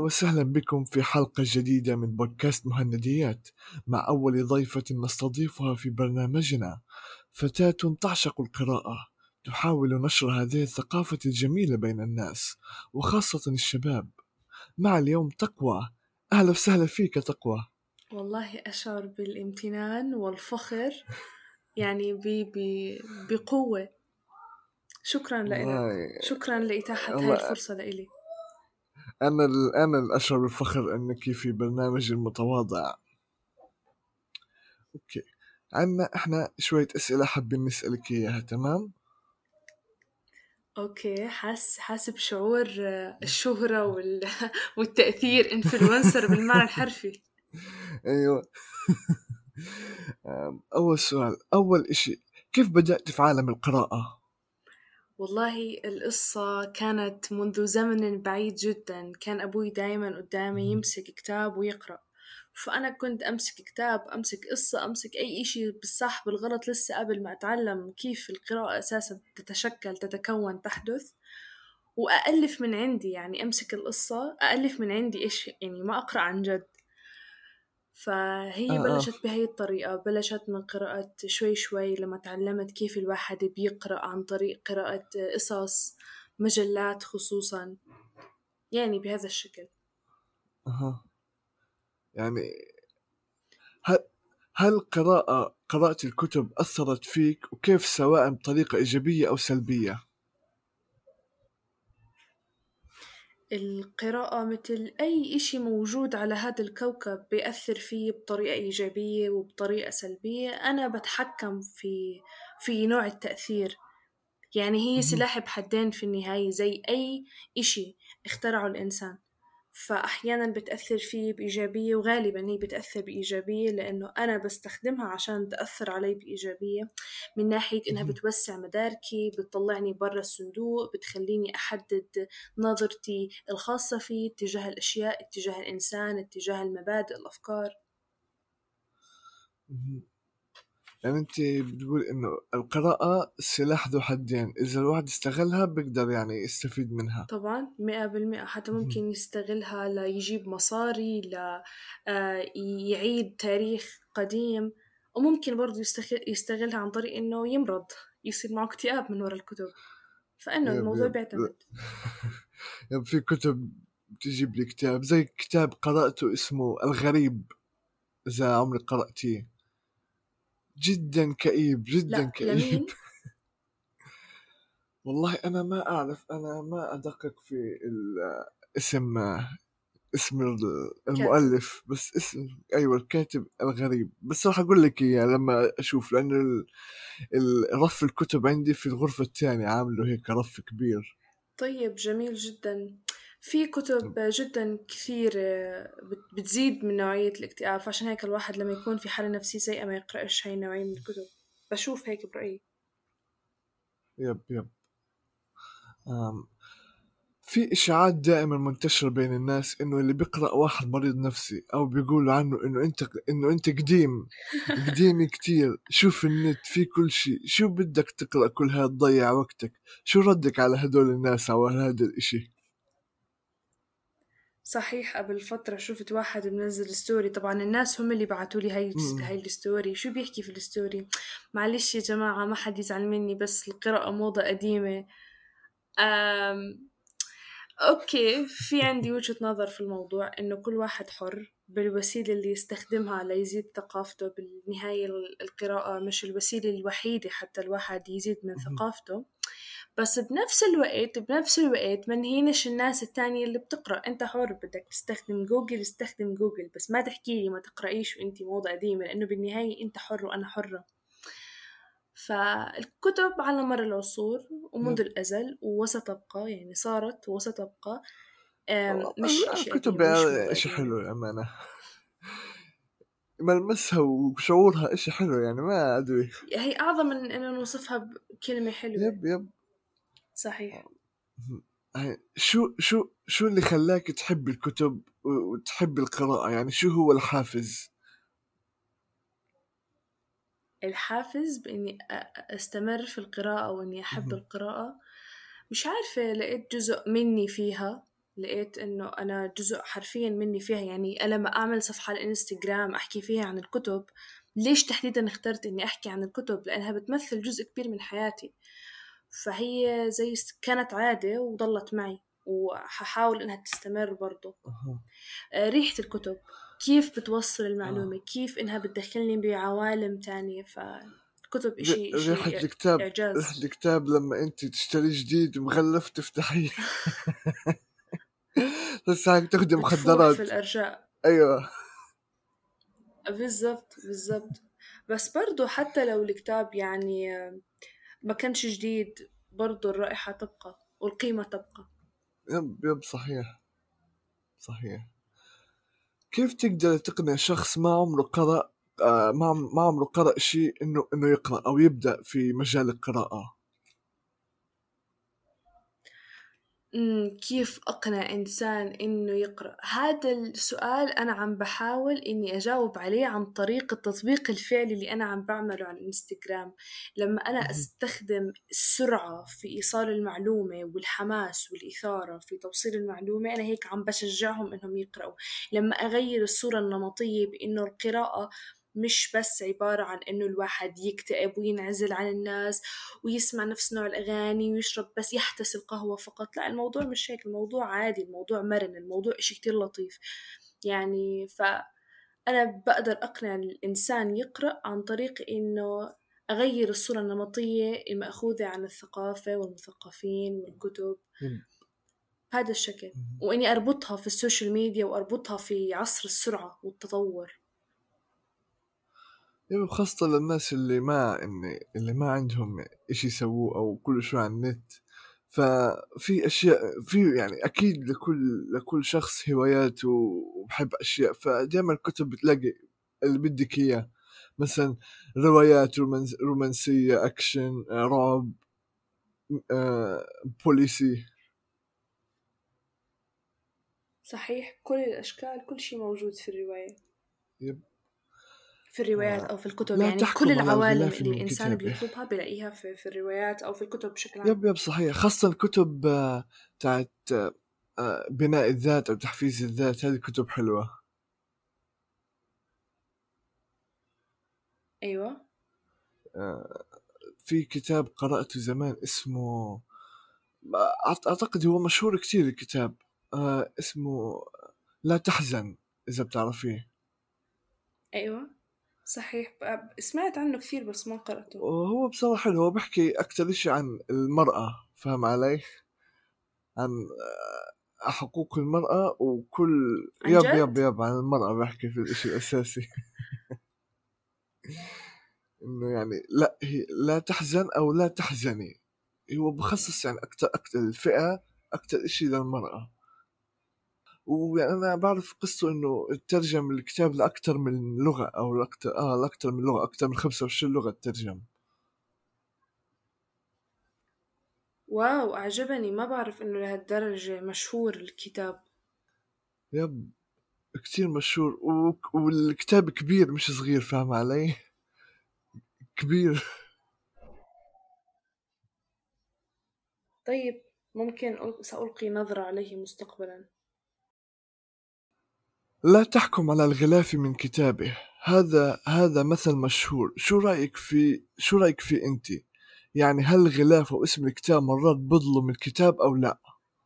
وسهلا بكم في حلقة جديدة من بودكاست مهنديات، مع أول ضيفة نستضيفها في برنامجنا، فتاة تعشق القراءة، تحاول نشر هذه الثقافة الجميلة بين الناس وخاصة الشباب. مع اليوم تقوى. أهلا وسهلا فيك تقوى. والله أشعر بالامتنان والفخر، يعني بقوة. شكرا لك، والله شكرا لإتاحة هاي والله الفرصة لإلي. أنا الأشعر بالفخر أنك في برنامج المتواضع. أوكي، عنا إحنا شوية أسئلة حابين نسألك إياها، تمام؟ أوكي، حاسب بشعور الشهرة والتأثير، إنفلونسر بالمعنى الحرفي. أيوة. أول سؤال، أول إشي، كيف بدأت في عالم القراءة؟ والله القصة كانت منذ زمن بعيد جدا. كان أبوي دايما قدامي يمسك كتاب ويقرأ، فأنا كنت أمسك كتاب، أمسك قصة، أمسك أي إشي بالصح بالغلط لسه قبل ما أتعلم كيف القراءة أساسا تتشكل تتكون تحدث، وأألف من عندي. يعني أمسك القصة أألف من عندي إيش، يعني ما أقرأ عن جد. فهي آه. بلشت بهي الطريقة، بلشت من قراءة شوي شوي لما تعلمت كيف الواحد بيقرأ عن طريق قراءة قصص، مجلات خصوصا، يعني بهذا الشكل. أها. يعني هل هل قراءة الكتب أثرت فيك، وكيف، سواء بطريقة إيجابية أو سلبية؟ القراءة مثل أي إشي موجود على هذا الكوكب بيأثر فيه بطريقة إيجابية وبطريقة سلبية. أنا بتحكم في نوع التأثير. يعني هي مهم. سلاح بحدين في النهاية، زي أي إشي اخترعه الإنسان. فأحيانا بتأثر فيه بإيجابية، وغالبا هي بتأثر بإيجابية لأنه أنا بستخدمها عشان تأثر علي بإيجابية، من ناحية إنها مهم. بتوسع مداركي، بتطلعني برا الصندوق، بتخليني أحدد نظرتي الخاصة فيه تجاه الأشياء، تجاه الإنسان، تجاه المبادئ، الأفكار. مهم. يعني أنت بتقول إنه القراءة سلاح ذو حدين، إذا الواحد استغلها بيقدر يعني يستفيد منها. طبعا 100%. حتى مهم. ممكن يستغلها ليجيب مصاري، يعيد تاريخ قديم، وممكن برضو يستغلها عن طريق إنه يمرض، يصير معه اكتئاب من وراء الكتب. فإنه يب الموضوع يب بيعتمد. يب في كتب بتجيب لي كتاب، زي كتاب قرأته اسمه الغريب، إذا عمرك قرأتيه، جدا كئيب جدا لا، كئيب. لمين؟ والله أنا ما أعرف، أنا ما أدقق في اسم اسم كاتب. المؤلف، بس اسم، أيوة، الكاتب الغريب، بس راح أقول لك إياه لما أشوف، لأن رف الكتب عندي في الغرفة الثانية، عامله هيك رف كبير. طيب، جميل جدا. في كتب جدا كثير بتزيد من نوعية الاكتئاب، فعشان هيك الواحد لما يكون في حالة نفسية سيئة ما يقرأش هاي النوعية من الكتب. بشوف هيك برأيي. يب يب. آم. في إشاعات دائما منتشرة بين الناس إنه اللي بيقرأ واحد مريض نفسي، أو بيقولوا عنه إنه أنت قديم، قديم كتير، شوف النت في كل شيء، شو بدك تقرأ كل هاد تضيع وقتك؟ شو ردك على هدول الناس أو على هذا الإشي؟ صحيح، قبل فترة شفت واحد منزل ستوري. طبعا الناس هم اللي بعتولي م- هاي الستوري. شو بيحكي في الستوري؟ معلش يا جماعة، ما حد يزعل مني، بس القراءة موضة قديمة. أم أوكي، في عندي وجهة نظر في الموضوع، إنه كل واحد حر بالوسيلة اللي يستخدمها ليزيد ثقافته. بالنهاية القراءة مش الوسيلة الوحيدة حتى الواحد يزيد من م- ثقافته. بس بنفس الوقت ما نهينش الناس التانية اللي بتقرأ. انت حر، بدك تستخدم جوجل استخدم جوجل، بس ما تحكي لي ما تقرأيش وانتي موضة قديمة، لأنه بالنهاية انت حر وأنا حرة. فالكتب على مر العصور ومنذ يب. الأزل وستبقى، يعني صارت وستبقى، مش إشي الكتب قديم، مش يعني موضة إشي قديمة. حلو للأمانة، ملمسها وشعورها إشي حلو، يعني ما أدري. هي أعظم من إنه نوصفها بكلمة حلوة. يب يب. صحيح. يعني شو اللي خلاك تحب الكتب وتحب القراءة؟ يعني شو هو الحافز؟ الحافز بإني أستمر في القراءة وإني أحب مهم. القراءة، مش عارفة، لقيت جزء مني فيها. لقيت إنه أنا جزء حرفيا مني فيها. يعني أنا لما أعمل صفحة على الإنستغرام أحكي فيها عن الكتب، ليش تحديدا اخترت إني أحكي عن الكتب؟ لأنها بتمثل جزء كبير من حياتي، فهي زي كانت عادة وضلت معي، وححاول إنها تستمر برضو. أها. ريحة الكتب، كيف بتوصل المعلومة، كيف إنها بتدخلني بعوالم تانية. فالكتب ريحة إشي الكتاب، ريحة إعجاز. الكتاب لما انت تشتري جديد مغلف تفتحيه. بس هيك تاخدي بتفوح في مخدرات. الأرجاء. ايوه. بالضبط بالضبط. بس برضو حتى لو الكتاب يعني ما كانش جديد، برضو الرائحة تبقى والقيمة تبقى. يب يب، صحيح صحيح. كيف تقدر تقنع شخص ما عمره قرأ، ما عمره قرأ شيء انه يقرأ او يبدأ في مجال القراءة؟ كيف أقنع إنسان إنه يقرأ؟ هذا السؤال أنا عم بحاول إني أجاوب عليه عن طريق التطبيق الفعلي اللي أنا عم بعمله على الإنستغرام. لما أنا مهم. أستخدم السرعة في إيصال المعلومة والحماس والإثارة في توصيل المعلومة، أنا هيك عم بشجعهم إنهم يقرأوا. لما أغير الصورة النمطية بإنه القراءة مش بس عبارة عن إنه الواحد يكتئب وينعزل عن الناس ويسمع نفس نوع الأغاني ويشرب بس يحتسي القهوة فقط، لا، الموضوع مش هيك. الموضوع عادي، الموضوع مرن، الموضوع إشي كتير لطيف. يعني فأنا بقدر أقنع الإنسان يقرأ عن طريق إنه أغير الصورة النمطية المأخوذة عن الثقافة والمثقفين والكتب يب. بهذا الشكل، مهم. وإني أربطها في السوشيال ميديا وأربطها في عصر السرعة والتطور. يب، خاصة للناس اللي ما عندهم إشي يسووه أو كل شوي على النت. ففي أشياء، في يعني أكيد لكل شخص هوايات وبحب أشياء، فدائما الكتب بتلاقي اللي بدك إياه. مثلا روايات رومانسية، أكشن، رعب، بوليسي. صحيح، كل الأشكال، كل شيء موجود في الرواية، يب. في الروايات آه، أو في الكتب. لا يعني كل تحكم على العوالم الغلاف اللي من الإنسان كتابه. بيطلبها بلاقيها في الروايات أو في الكتب بشكل عام. يب يب، صحيح. خاصة الكتب تاعت بناء الذات أو تحفيز الذات، هذه كتب حلوة. أيوة. آه، في كتاب قرأته زمان اسمه، أعتقد هو مشهور كتير الكتاب، اسمه لا تحزن، إذا بتعرفيه. أيوة صحيح، سمعت عنه كثير بس ما قرأته. وهو بصراحة حلو، هو بيحكي أكتر إشي عن المرأة، فاهم علي؟ عن حقوق المرأة وكل. عن يب جد؟ يب يب، عن المرأة بحكي في الإشي الأساسي. إنه يعني لا، هي لا تحزن أو لا تحزني. هو بخصص يعني أكتر الفئة، أكتر إشي للمرأة. ويعني أنا بعرف قصته إنه ترجم الكتاب لأكتر من لغة، أو لأكتر من لغة، أكتر من 25 لغة ترجم. واو، أعجبني. ما بعرف إنه لهالدرجة مشهور الكتاب. يب، كتير مشهور، والكتاب كبير مش صغير، فاهم علي؟ كبير. طيب، ممكن سألقي نظرة عليه مستقبلا. لا تحكم على الغلاف من كتابه، هذا مثل مشهور. شو رأيك في أنت؟ يعني هل الغلاف أو اسم الكتاب مرات بظلم الكتاب أو لا؟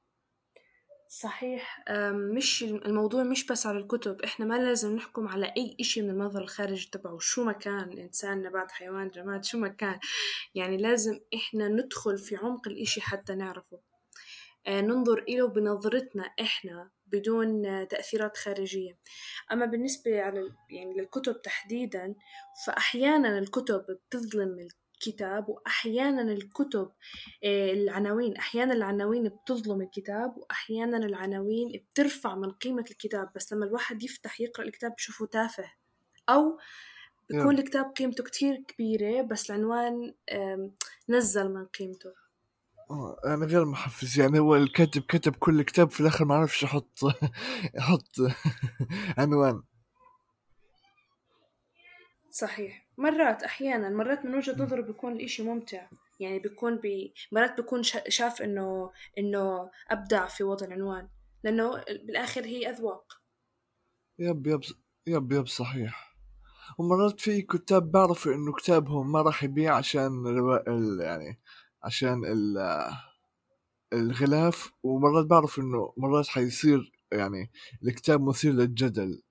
صحيح. مش الموضوع مش بس على الكتب. احنا ما لازم نحكم على اي اشي من المظهر الخارجي تبعه، شو ما كان، انسان، نبات، حيوان، جماد، شو ما كان. يعني لازم احنا ندخل في عمق الاشي حتى نعرفه. ننظر إله بنظرتنا إحنا بدون تأثيرات خارجية. أما بالنسبة يعني للكتب تحديدا، فأحيانا الكتب بتظلم الكتاب، وأحيانا الكتب العناوين، أحيانا العناوين بتظلم الكتاب، وأحيانا العناوين بترفع من قيمة الكتاب. بس لما الواحد يفتح يقرأ الكتاب بشوفه تافه، أو بيكون يب. الكتاب قيمته كتير كبيرة بس العنوان نزل من قيمته. يعني غير محفز، يعني هو الكاتب كتب كل كتاب في الآخر ما عرفش يحط يحط عنوان. صحيح. مرات أحيانا مرات من وجهة نظره بيكون الإشي ممتع. يعني بيكون مرات بيكون شاف إنه أبدع في وضع العنوان. لأنه بالآخر هي أذواق. يب يب يب صحيح. ومرات في كتاب بعرفوا إنه كتابهم ما راح يبيع عشان يعني عشان الغلاف، ومرات بعرف إنه مرات حيصير يعني الكتاب مثير للجدل.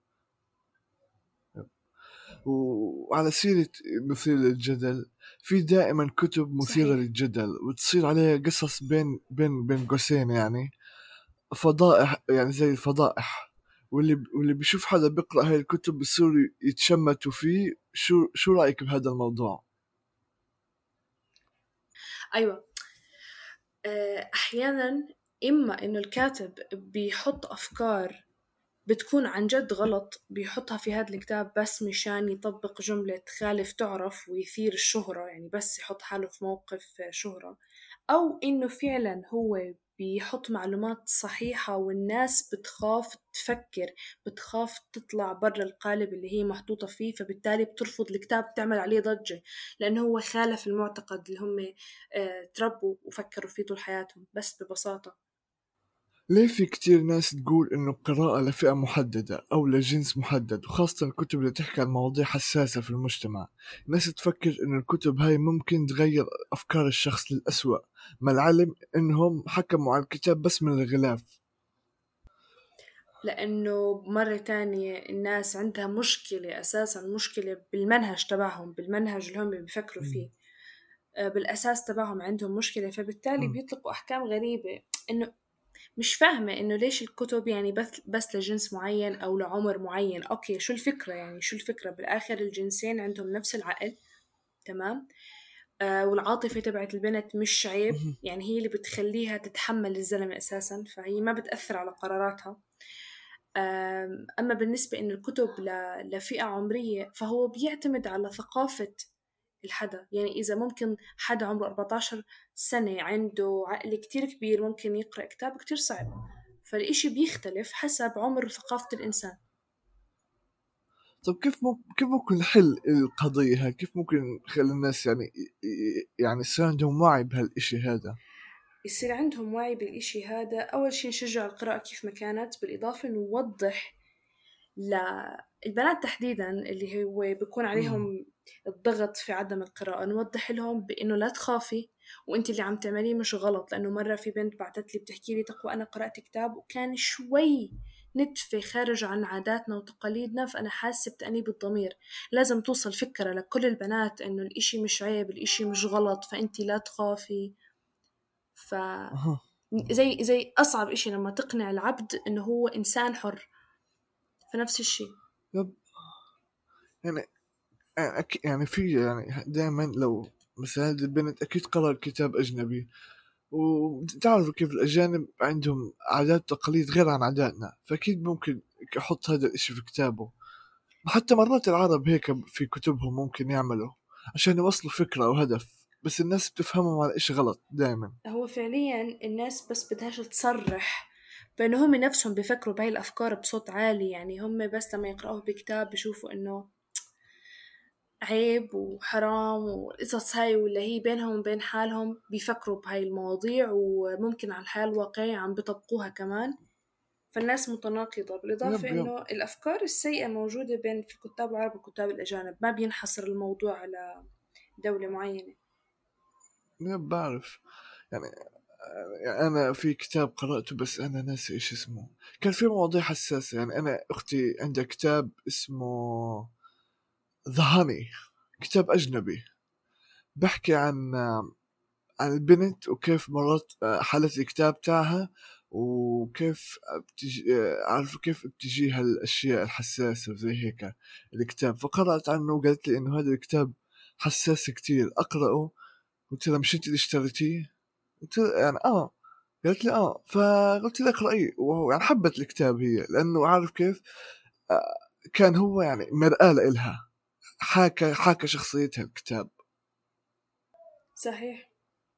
وعلى سيرة مثير للجدل، في دائما كتب مثيرة صحيح. للجدل وتصير عليها قصص بين قوسين، يعني فضائح، يعني زي الفضائح. واللي بيشوف حدا بيقرأ هاي الكتب بيصيروا يتشمتوا فيه. شو رأيك بهذا الموضوع؟ أيوة. أحيانا إما إنه الكاتب بيحط أفكار بتكون عن جد غلط، بيحطها في هذا الكتاب بس مشان يطبق جملة تخالف تعرف ويثير الشهرة، يعني بس يحط حاله في موقف شهرة. أو إنه فعلا هو بيحط معلومات صحيحة والناس بتخاف تفكر، بتخاف تطلع برا القالب اللي هي محطوطة فيه، فبالتالي بترفض الكتاب، تعمل عليه ضجة، لأنه هو خالف المعتقد اللي هم تربوا وفكروا فيه طول حياتهم، بس ببساطة. ليه في كتير ناس تقول إنه القراءة لفئة محددة أو لجنس محدد، وخاصة الكتب اللي تحكي عن مواضيع حساسة في المجتمع؟ الناس تفكر إنه الكتب هاي ممكن تغير أفكار الشخص للأسوأ، مع العلم إنهم حكموا على الكتاب بس من الغلاف. لأنه مرة تانية الناس عندها مشكلة، أساسا مشكلة بالمنهج تبعهم، بالمنهج اللي هم بيفكروا مم. فيه. بالأساس تبعهم عندهم مشكلة، فبالتالي مم. بيطلقوا أحكام غريبة. إنه مش فاهمة إنه ليش الكتب يعني بس لجنس معين أو لعمر معين. أوكي، شو الفكرة؟ يعني شو الفكرة؟ بالآخر الجنسين عندهم نفس العقل، تمام. والعاطفة تبعت البنت مش عيب، مم. يعني هي اللي بتخليها تتحمل الزلمة أساسا، فهي ما بتأثر على قراراتها. أما بالنسبة إنه الكتب لفئة عمرية، فهو بيعتمد على ثقافة الحدا. يعني إذا ممكن حدا عمره 14 سنة عنده عقل كتير كبير ممكن يقرأ كتاب كتير صعب، فالإشي بيختلف حسب عمر وثقافة الإنسان. طب كيف ممكن نحل القضية هاي؟ كيف ممكن نخلي الناس يعني يعني يصير عندهم وعي بهالإشي هذا؟ يصير عندهم وعي بالإشي هذا. أول شي نشجع القراءة كيف ما كانت، بالإضافة نوضح للبنات تحديدا اللي هو بيكون مم. عليهم الضغط في عدم القراءة، نوضح لهم بإنه لا تخافي، وإنت اللي عم تعمليه مش غلط. لأنه مرة في بنت بعتت لي بتحكي لي تقوى أنا قرأت كتاب وكان شوي نتفة خارج عن عاداتنا وتقاليدنا، فأنا حاسة بتأنيب الضمير. لازم توصل فكرة لكل البنات إنه الإشي مش عيب، الإشي مش غلط، فأنت لا تخافي. ف أها. زي أصعب إشي لما تقنع العبد إنه هو إنسان حر، فنفس الشي. يب. يعني يعني في يعني دائما لو مثلا هذه البنت أكيد قرأت كتاب أجنبي، وتعرفوا كيف الأجانب عندهم عادات وتقاليد غير عن عاداتنا، فأكيد ممكن يحط هذا الإشي في كتابه. وحتى مرات العرب هيك في كتبهم ممكن يعملوا عشان يوصلوا فكرة أو هدف، بس الناس بتفهمهم على إشي غلط دائما. هو فعليا الناس بس بدهاش تصرح بأنه هم نفسهم بيفكروا بهاي الأفكار بصوت عالي. يعني هم بس لما يقرأوه بكتاب بيشوفوا إنه عيب وحرام والقصص هاي، ولا هي بينهم وبين حالهم بيفكروا بهاي المواضيع، وممكن على الحياة الواقعية عم بيطبقوها كمان. فالناس متناقضة. بالإضافة يب يب إنه الأفكار السيئة موجودة بين في الكتاب العرب والكتاب الأجانب، ما بينحصر الموضوع على دولة معينة. يب بعرف. يعني أنا في كتاب قرأته بس أنا ناسي إيش اسمه. كان في مواضيع حساسة، يعني أنا أختي عندها كتاب اسمه ذا هاني، كتاب أجنبي بحكي عن البنت وكيف مرت حالة الكتاب تاعها، وكيف بتجي عارفة كيف بتجيها الأشياء الحساسة وزي هيك الكتاب. فقرأت عنه وقالت لي إنه هذا الكتاب حساس كتير أقرأه. قلت لها مش أنت اللي اشتريتيه؟ قلت لها يعني قالت لي فقلت لها اقرأيه. ويعني حبت الكتاب هي، لأنه عارف كيف آه، كان هو يعني مرآة لإلها، حاكى شخصيتها الكتاب. صحيح.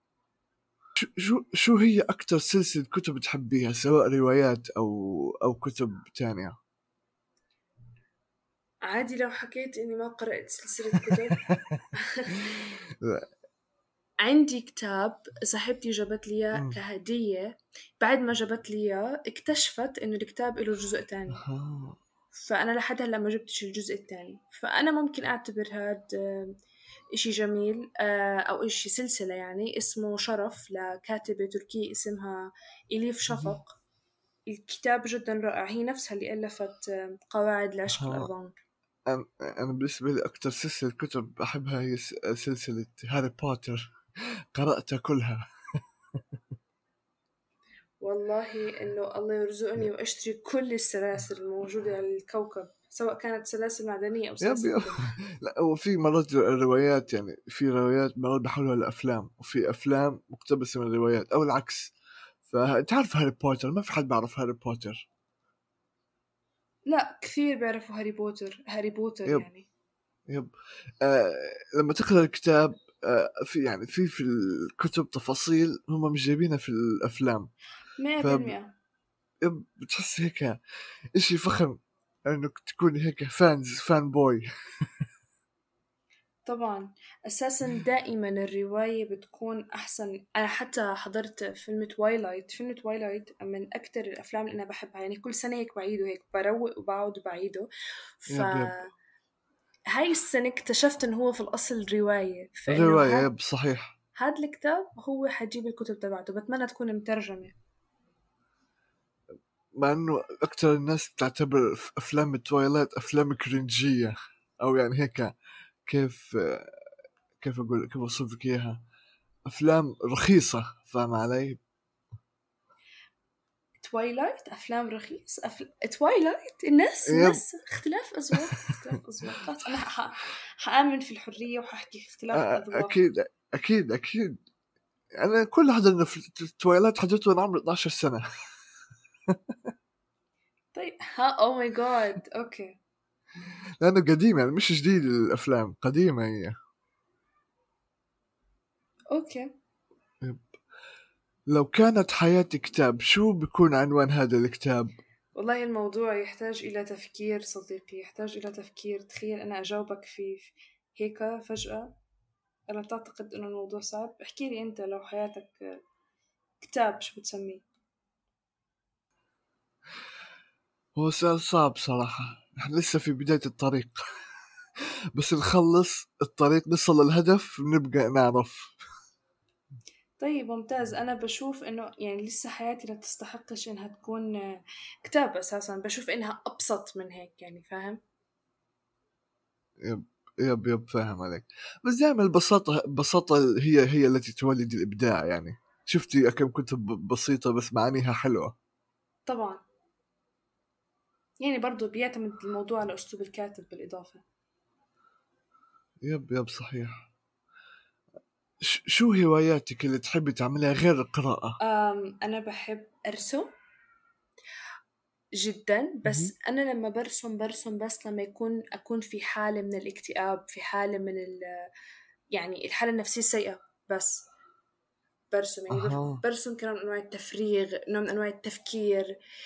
شو هي أكتر سلسلة كتب تحبيها، سواء روايات أو كتب تانية؟ عادي لو حكيت إني ما قرأت سلسلة كتب. لا. عندي كتاب صاحبتي جابت لي إياه مم. كهدية. بعد ما جابت لي إياه اكتشفت إنه الكتاب له جزء تاني، أها. فأنا لحد هلأ ما جبتش الجزء التاني. فأنا ممكن أعتبر هاد إشي جميل، أو إشي سلسلة يعني، اسمه شرف لكاتبة تركية اسمها إليف مهم. شفق. الكتاب جدا رائع، هي نفسها اللي ألفت قواعد العشق أها. الأربعون. أنا بالنسبة لي أكتر سلسلة كتب أحبها هي سلسلة هاري بوتر. قرأتها كلها. والله إنه الله يرزقني وأشتري كل السلاسل الموجودة على الكوكب، سواء كانت سلاسل معدنية أو يب سلاسل يب. فيلم. لا، وفي مرات روايات، يعني في روايات مرات بحولها لأفلام، وفي أفلام مقتبسة من الروايات أو العكس. فأنت عارف هاري بوتر، ما في حد بيعرف هاري بوتر. لا، كثير بيعرفوا هاري بوتر، هاري بوتر يب يعني. يب. آه لما تقرأ الكتاب، في يعني في الكتب تفاصيل هم مش جايبينها في الأفلام. مئة ف بالمئة يب، بتحس هيك إشي فخم إنك تكون هيك فان بوي. طبعا. أساسا دائما الرواية بتكون أحسن. أنا حتى حضرت فيلم توايلايت، فيلم توايلايت من أكتر الأفلام اللي أنا بحبها، يعني كل سنة هيك بعيده، هيك بروق وبقعد وبعيده. يب يب. فهاي السنة اكتشفت إنه هو في الأصل رواية، فإنه الرواية يب صحيح. هاد الكتاب هو حجيب الكتب تبعته، بتمنى تكون مترجمة. مع انه اكثر الناس بتعتبر افلام تويلايت افلام كرنجية، او يعني هيك. كيف كيف اوصف لك اياها؟ افلام رخيصة، فاهم علي؟ توايلايت أفلام رخيص، توايلايت الناس يب. الناس اختلاف أذواق، اختلاف أذواق. خلاص أنا حآمن في الحرية وححكي اختلاف الأذواق. اكيد اكيد اكيد. انا كل حدا في تويلايت حضرته وانا عمري 12 سنة. طيب أوه ماي جاد، أوكي. لانه قديم، يعني مش جديد، الافلام قديمة هي. أوكي. يب. لو كانت حياتي كتاب، شو بيكون عنوان هذا الكتاب؟ والله الموضوع يحتاج إلى تفكير صديقي، يحتاج إلى تفكير. تخيل أنا أجاوبك في هيك فجأة. ألا تعتقد أنه الموضوع صعب؟ احكي لي أنت، لو حياتك كتاب شو بتسميه؟ هو سؤال صعب صراحة، نحن لسه في بداية الطريق. بس نخلص الطريق نصل للهدف نبقى نعرف. طيب ممتاز. أنا بشوف إنه يعني لسه حياتي لا تستحقش إنها تكون كتاب. أساسا بشوف إنها أبسط من هيك، يعني فاهم؟ يب يب فاهم عليك. بس دائما البساطة هي التي تولد الإبداع، يعني شفتي كم كتب بسيطة بس معانيها حلوة. طبعا. يعني برضو بيعتمد الموضوع على أسلوب الكاتب بالإضافة. يب صحيح. شو هواياتك اللي تحبي تعملها غير القراءة؟ أنا بحب أرسم جدا، مهم. بس أنا لما برسم بس لما أكون في حالة من الاكتئاب، في حالة من يعني الحالة النفسية السيئة. بس برسم، يعني أها. برسم كنوع من أنواع التفريغ، نوع من أنواع التفكير.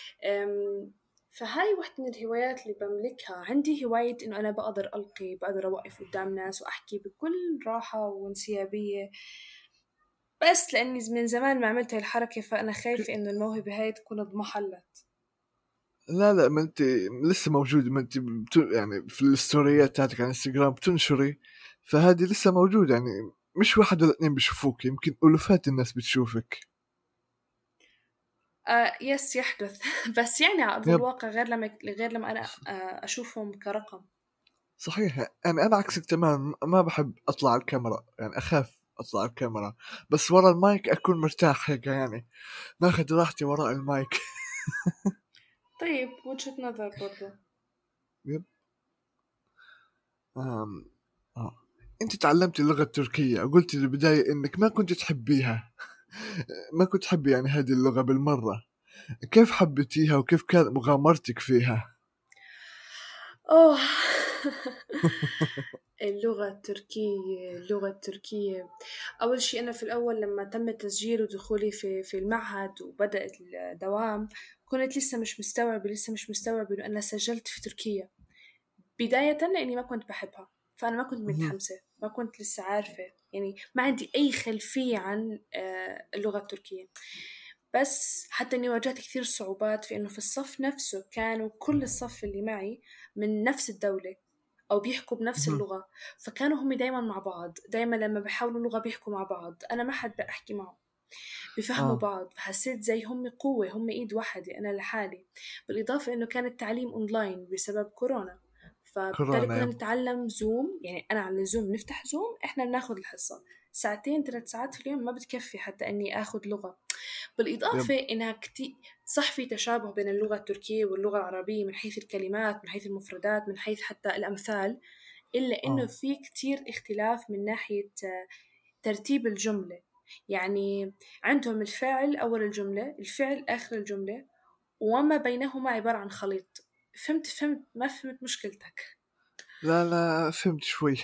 فهاي واحدة من الهوايات اللي بملكها. عندي هواية إنه أنا بقدر أوقف قدام ناس وأحكي بكل راحة وانسيابية. بس لأني من زمان ما عملت هاي الحركة، فأنا خايفة إنه الموهبة هاي تكون اضمحلت. لا لا، ما انت لسه موجود، ما انت يعني في الستوريات تاعتك على انستغرام بتنشري، فهذه لسه موجودة، يعني مش واحد ولا اثنين بيشوفوك، يمكن ألوفات الناس بتشوفك. يس يحدث. بس يعني على أرض يب. الواقع غير لما أنا أشوفهم كرقم. صحيح، يعني أنا عكسك تماما، ما بحب أطلع على الكاميرا، يعني أخاف أطلع على الكاميرا. بس ورا المايك أكون مرتاح هيك، يعني ناخذ راحتي وراء المايك. طيب وجهة نظر برضو. يب. آم. آه. أنت تعلمتي اللغة التركية، قلتي بالبداية إنك ما كنت تحبيها. ما كنت تحبي يعني هذه اللغة بالمرة. كيف حبيتيها وكيف كانت مغامرتك فيها؟ أوه. اللغة التركية. أول شيء أنا في الأول لما تم تسجيل ودخولي في المعهد وبدأت الدوام، كنت لسه مش مستوعبة إنه أنا سجلت في تركيا. بداية لأني ما كنت بحبها، فأنا ما كنت مهم. متحمسة، ما كنت لسه عارفة يعني ما عندي أي خلفية عن اللغة التركية. بس حتى إني واجهت كثير صعوبات في إنه في الصف نفسه كانوا كل الصف اللي معي من نفس الدولة أو بيحكوا بنفس مهم. اللغة، فكانوا هم دايما مع بعض، دايما لما بيحاولوا لغة بيحكوا مع بعض، أنا ما حد بحكي معه، بيفهموا اه بعض، فحسيت زي هم قوة، هم إيد واحدة، أنا لحالي. بالإضافة إنه كان التعليم أونلاين بسبب كورونا، فبالتالي كورونا كنا يب. نتعلم زوم، يعني أنا على زوم نفتح زوم، إحنا بناخد الحصة ساعتين 3 ساعات في اليوم، ما بتكفي حتى إني أخذ لغة. يب. بالإضافة إنها كتير صح في تشابه بين اللغة التركية واللغة العربية من حيث الكلمات، من حيث المفردات، من حيث حتى الأمثال، إلا إنه اه في كتير اختلاف من ناحية ترتيب الجملة. يعني عندهم الفاعل أول الجملة، الفعل آخر الجملة، وما بينهما عبارة عن خليط. فهمت ما فهمت مشكلتك؟ لا لا فهمت شوي.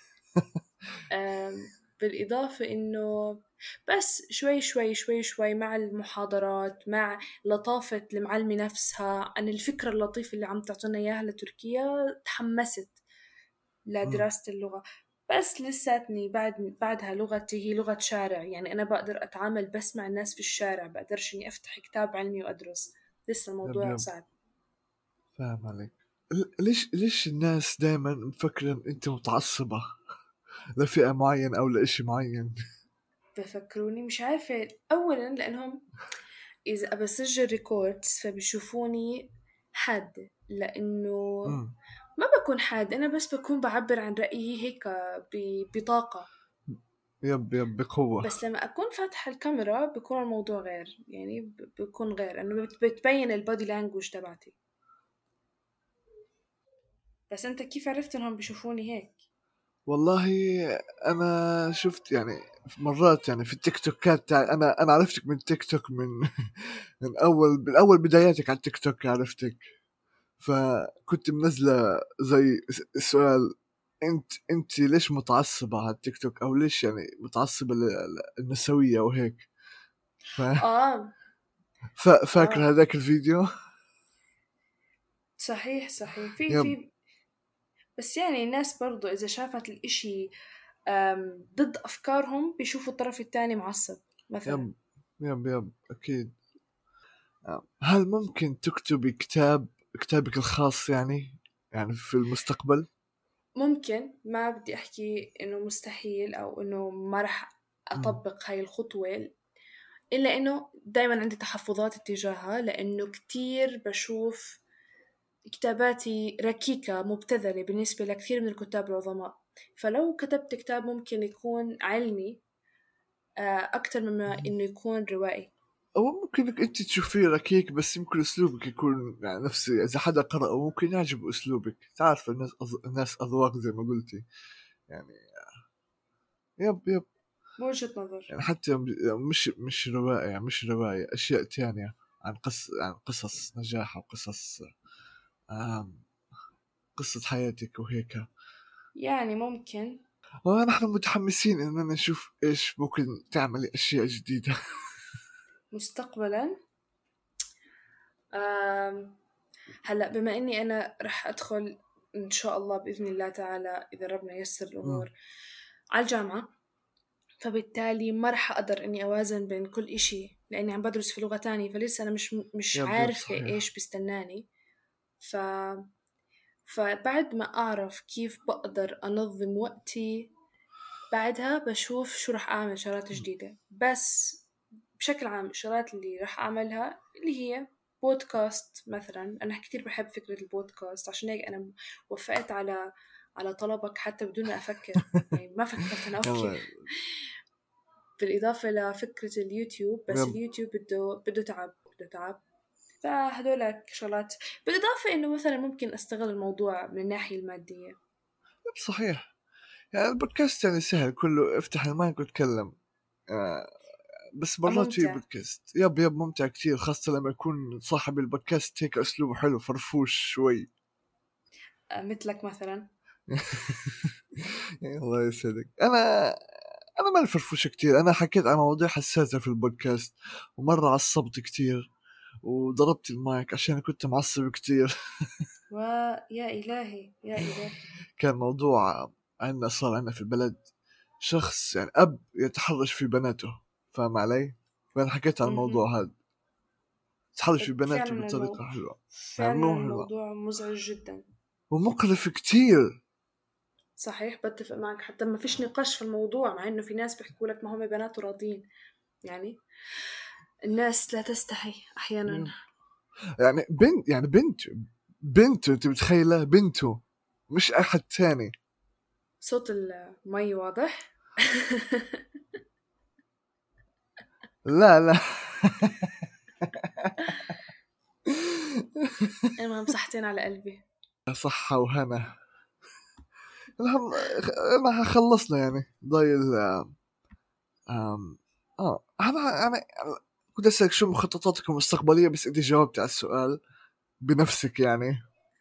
بالإضافة إنه بس شوي مع المحاضرات، مع لطافة المعلمة نفسها، عن الفكرة اللطيفة اللي عم تعطينا إياها لتركيا، تحمست مم. لدراسة اللغة. بس لساتني بعدها لغتي هي لغة شارع، يعني أنا بقدر أتعامل بس مع الناس في الشارع، بقدرش إني أفتح كتاب علمي وأدرس، لسه يب الموضوع يب صعب. فاهم عليك. ليش الناس دائما مفكرة إن انت متعصبة لفئة معين او لإشي معين؟ بفكروني مش عارفة، أولا لأنهم إذا بسجل ريكوردز فبيشوفوني حادة، لأنه مم. ما بكون حاد، أنا بس بكون بعبر عن رأيي هيك بطاقة. يب بقوة. بس لما أكون فاتحة الكاميرا بيكون الموضوع غير، يعني بيكون غير إنه بتبين البودي لانجوج تبعتي. بس أنت كيف عرفت إنهم بيشوفوني هيك؟ والله انا شفت يعني مرات يعني في التيك توكات تاعي، انا عرفتك من تيك توك من من بالاول بداياتك على التيك توك عرفتك. فكنت منزله زي سؤال، انت ليش متعصبة على التيك توك، او ليش يعني متعصبة للنسوية وهيك. ف... آه. فاكر آه هذاك الفيديو؟ صحيح في يب في بس يعني الناس برضو إذا شافت الإشي ضد أفكارهم بيشوفوا الطرف التاني معصب مثلا. يب يب اكيد. هل ممكن تكتبي كتابك الخاص يعني في المستقبل؟ ممكن، ما بدي أحكي إنه مستحيل أو إنه ما رح مم. أطبق هاي الخطوة، إلا إنه دايما عندي تحفظات اتجاهها، لأنه كتير بشوف كتاباتي ركيكة مبتذلة بالنسبة لكثير من الكتاب العظماء، فلو كتبت كتاب ممكن يكون علمي أكتر مما إنه يكون روائي. او ممكن انك انت تشوفيه ركيك، بس يمكن اسلوبك يكون يعني نفس، اذا حدا قرأه ممكن يعجبه اسلوبك. تعرف الناس اذواق زي ما قلتي يعني. يب من وجهة نظر. يعني حتى مش رواية، يعني مش رواية، اشياء تانية عن قصص نجاح وقصص آم، قصة حياتك وهيك. يعني ممكن ونحن متحمسين اننا نشوف ايش ممكن تعملي اشياء جديدة. مستقبلا. آم، هلأ بما إني أنا رح أدخل إن شاء الله بإذن الله تعالى إذا ربنا ييسر مم. الأمور على الجامعة، فبالتالي ما رح أقدر إني أوازن بين كل إشي لأني عم بدرس في لغة تانية، فلسه أنا مش يب عارفة صحيح. إيش بستناني. ف... فبعد ما أعرف كيف بقدر أنظم وقتي بعدها بشوف شو رح أعمل شغلات جديدة. بس بشكل عام الشغلات اللي رح أعملها اللي هي بودكاست مثلا، أنا كتير بحب فكرة البودكاست، عشان هيك أنا وافقت على طلبك حتى بدون ما أفكر، يعني ما فكرت أنا أوكي. يلا. بالإضافة لفكرة اليوتيوب، بس يب اليوتيوب بده تعب. فهدولك شغلات، بالإضافة إنه مثلا ممكن أستغل الموضوع من الناحية المادية. يب صحيح. يعني البودكاست يعني سهل، كله افتح المايك وتكلم. آه، بس مرات في ممتع. بودكاست يب ممتع كتير، خاصة لما يكون صاحب البودكاست هيك أسلوبه حلو فرفوش شوي. مثلك مثلا. الله يسعدك. أنا ما فرفوش كتير، أنا حكيت عن مواضيع حساسة في البودكاست، ومرة عصبت كتير وضربت المايك عشان كنت معصب كتير. ويا إلهي يا إلهي. كان موضوع صار عندنا في البلد شخص يعني أب يتحرش في بناته، فاهم علي؟ فأنا حكيت عن الموضوع هذا، يتحرش في بناته بطريقة حلوة، فعلا الموضوع مزعج جدا ومقرف كتير. صحيح، بتفق معك، حتى ما فيش نقاش في الموضوع، مع انه في ناس بيحكوا لك ما هم بناته راضين. يعني الناس لا تستحي احيانا. يعني بنته انت متخيله؟ بنته مش احد تاني. صوت المي واضح. لا المهم صحتين على قلبي. صحة وهنا. ما خلصنا يعني ضايل. أنا كنت أسألك شو مخططاتك المستقبلية، بس أنت جاوبت على السؤال بنفسك يعني.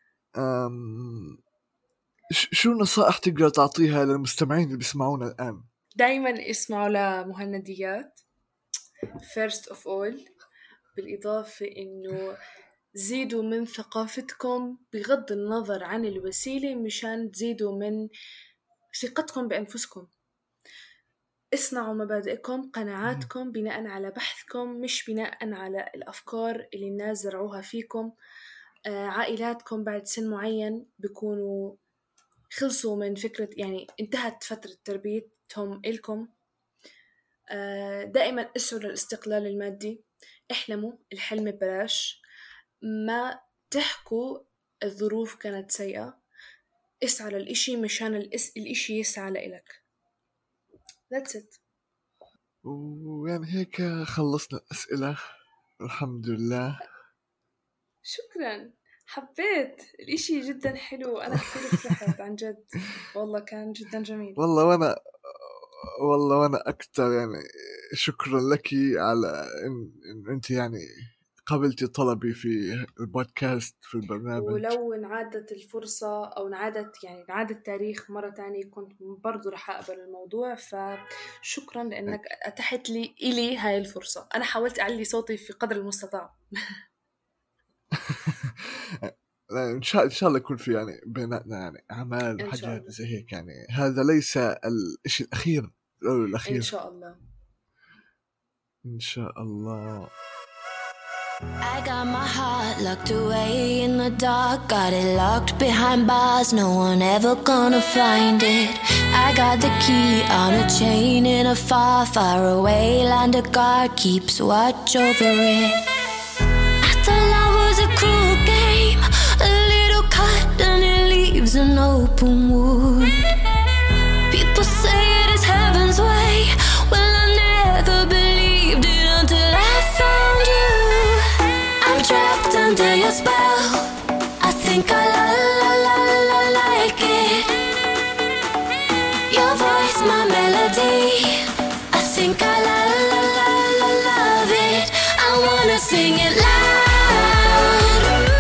شو نصائح تقدر تعطيها للمستمعين اللي بيسمعونا الآن؟ دايما اسمعوا لمهنديات first of all، بالإضافة إنه زيدوا من ثقافتكم بغض النظر عن الوسيلة مشان تزيدوا من ثقتكم بأنفسكم. اصنعوا مبادئكم، قناعاتكم بناء على بحثكم، مش بناء على الأفكار اللي الناس زرعوها فيكم. عائلاتكم بعد سن معين بيكونوا خلصوا من فكرة، يعني انتهت فترة تربيتهم إلكم. دائما اسعوا للاستقلال المادي، احلموا الحلم ببلاش، ما تحكوا الظروف كانت سيئة، اسعى للإشي مشان الإشي يسعى لإلك. That's it. ويعني هيك خلصنا الأسئلة الحمد لله. شكرا، حبيت الإشي جدا حلو، أنا كثير فرحت عن جد، والله كان جدا جميل. والله وأنا أكتر يعني. شكرا لك على إن أنت يعني قبلتي طلبي في البودكاست في البرنامج. ولو انعادت الفرصة أو انعاد التاريخ مرة تانية كنت برضو رح أقبل الموضوع. فشكرا لأنك أتحت لي هاي الفرصة. أنا حاولت أعلي صوتي في قدر المستطاع. إن شاء الله يكون في يعني بيناتنا يعني أعمال وحاجات زي هيك، يعني هذا ليس الشيء الأخير أو الأخير. إن شاء الله. إن شاء الله. I got my heart locked away in the dark, got it locked behind bars, no one ever gonna find it. I got the key on a chain in a far, far away land, a guard keeps watch over it. I thought love was a cruel game, a little cut and it leaves an open wound. People say it is heaven's way, well I never believed it until I found you. I'm trapped under your spell, I think I like it. Your voice, my melody, I think I love it. I wanna sing it loud.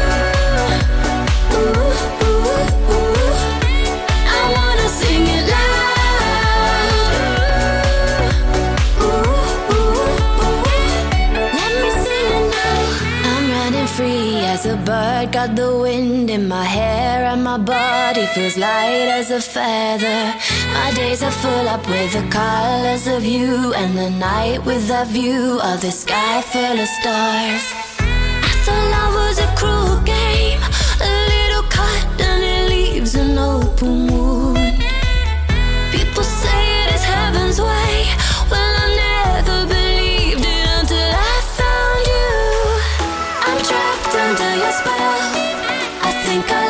Ooh, ooh, ooh, ooh. I wanna sing it loud. Ooh, ooh, ooh. Let me sing it now. I'm running free as a bird, got the wind in my hair and my body feels light as a feather. My days are full up with the colors of you, and the night with that view of the sky full of stars. I thought love was a cruel game, a little cut and it leaves an open wound. People say it is heaven's way, well I never believed it until I found you. I'm trapped under your spell, I think I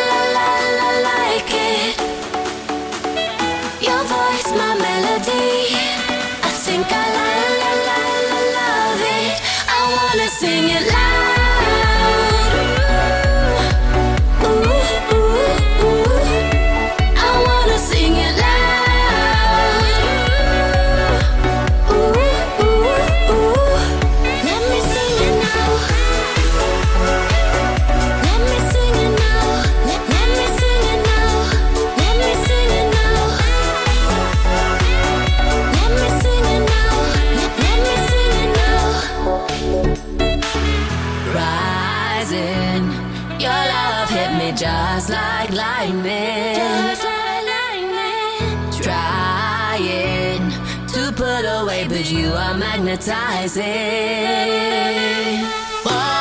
like it. Your voice, my melody, I think I love it. I wanna sing it loud. Ooh, ooh, ooh. I wanna sing it loud. Ooh, ooh, ooh. Let me sing it now. Let me sing it now. Let me sing it now. Let me sing it now. Let me sing it now. Let me sing it now. Rising, your love hit me just like lightning. Just like lightning. Trying away, but you are magnetizing. Whoa.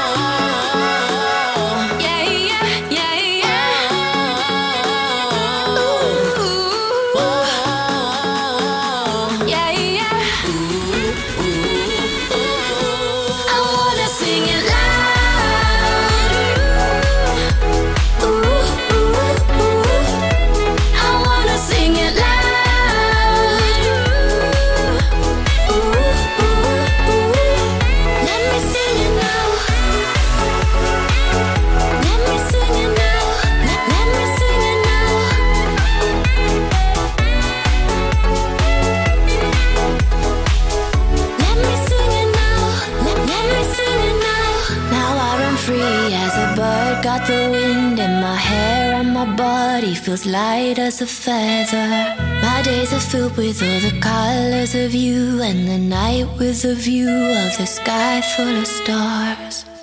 Got the wind in my hair and my body feels light as a feather. My days are filled with all the colors of you, and the night with a view of the sky full of stars.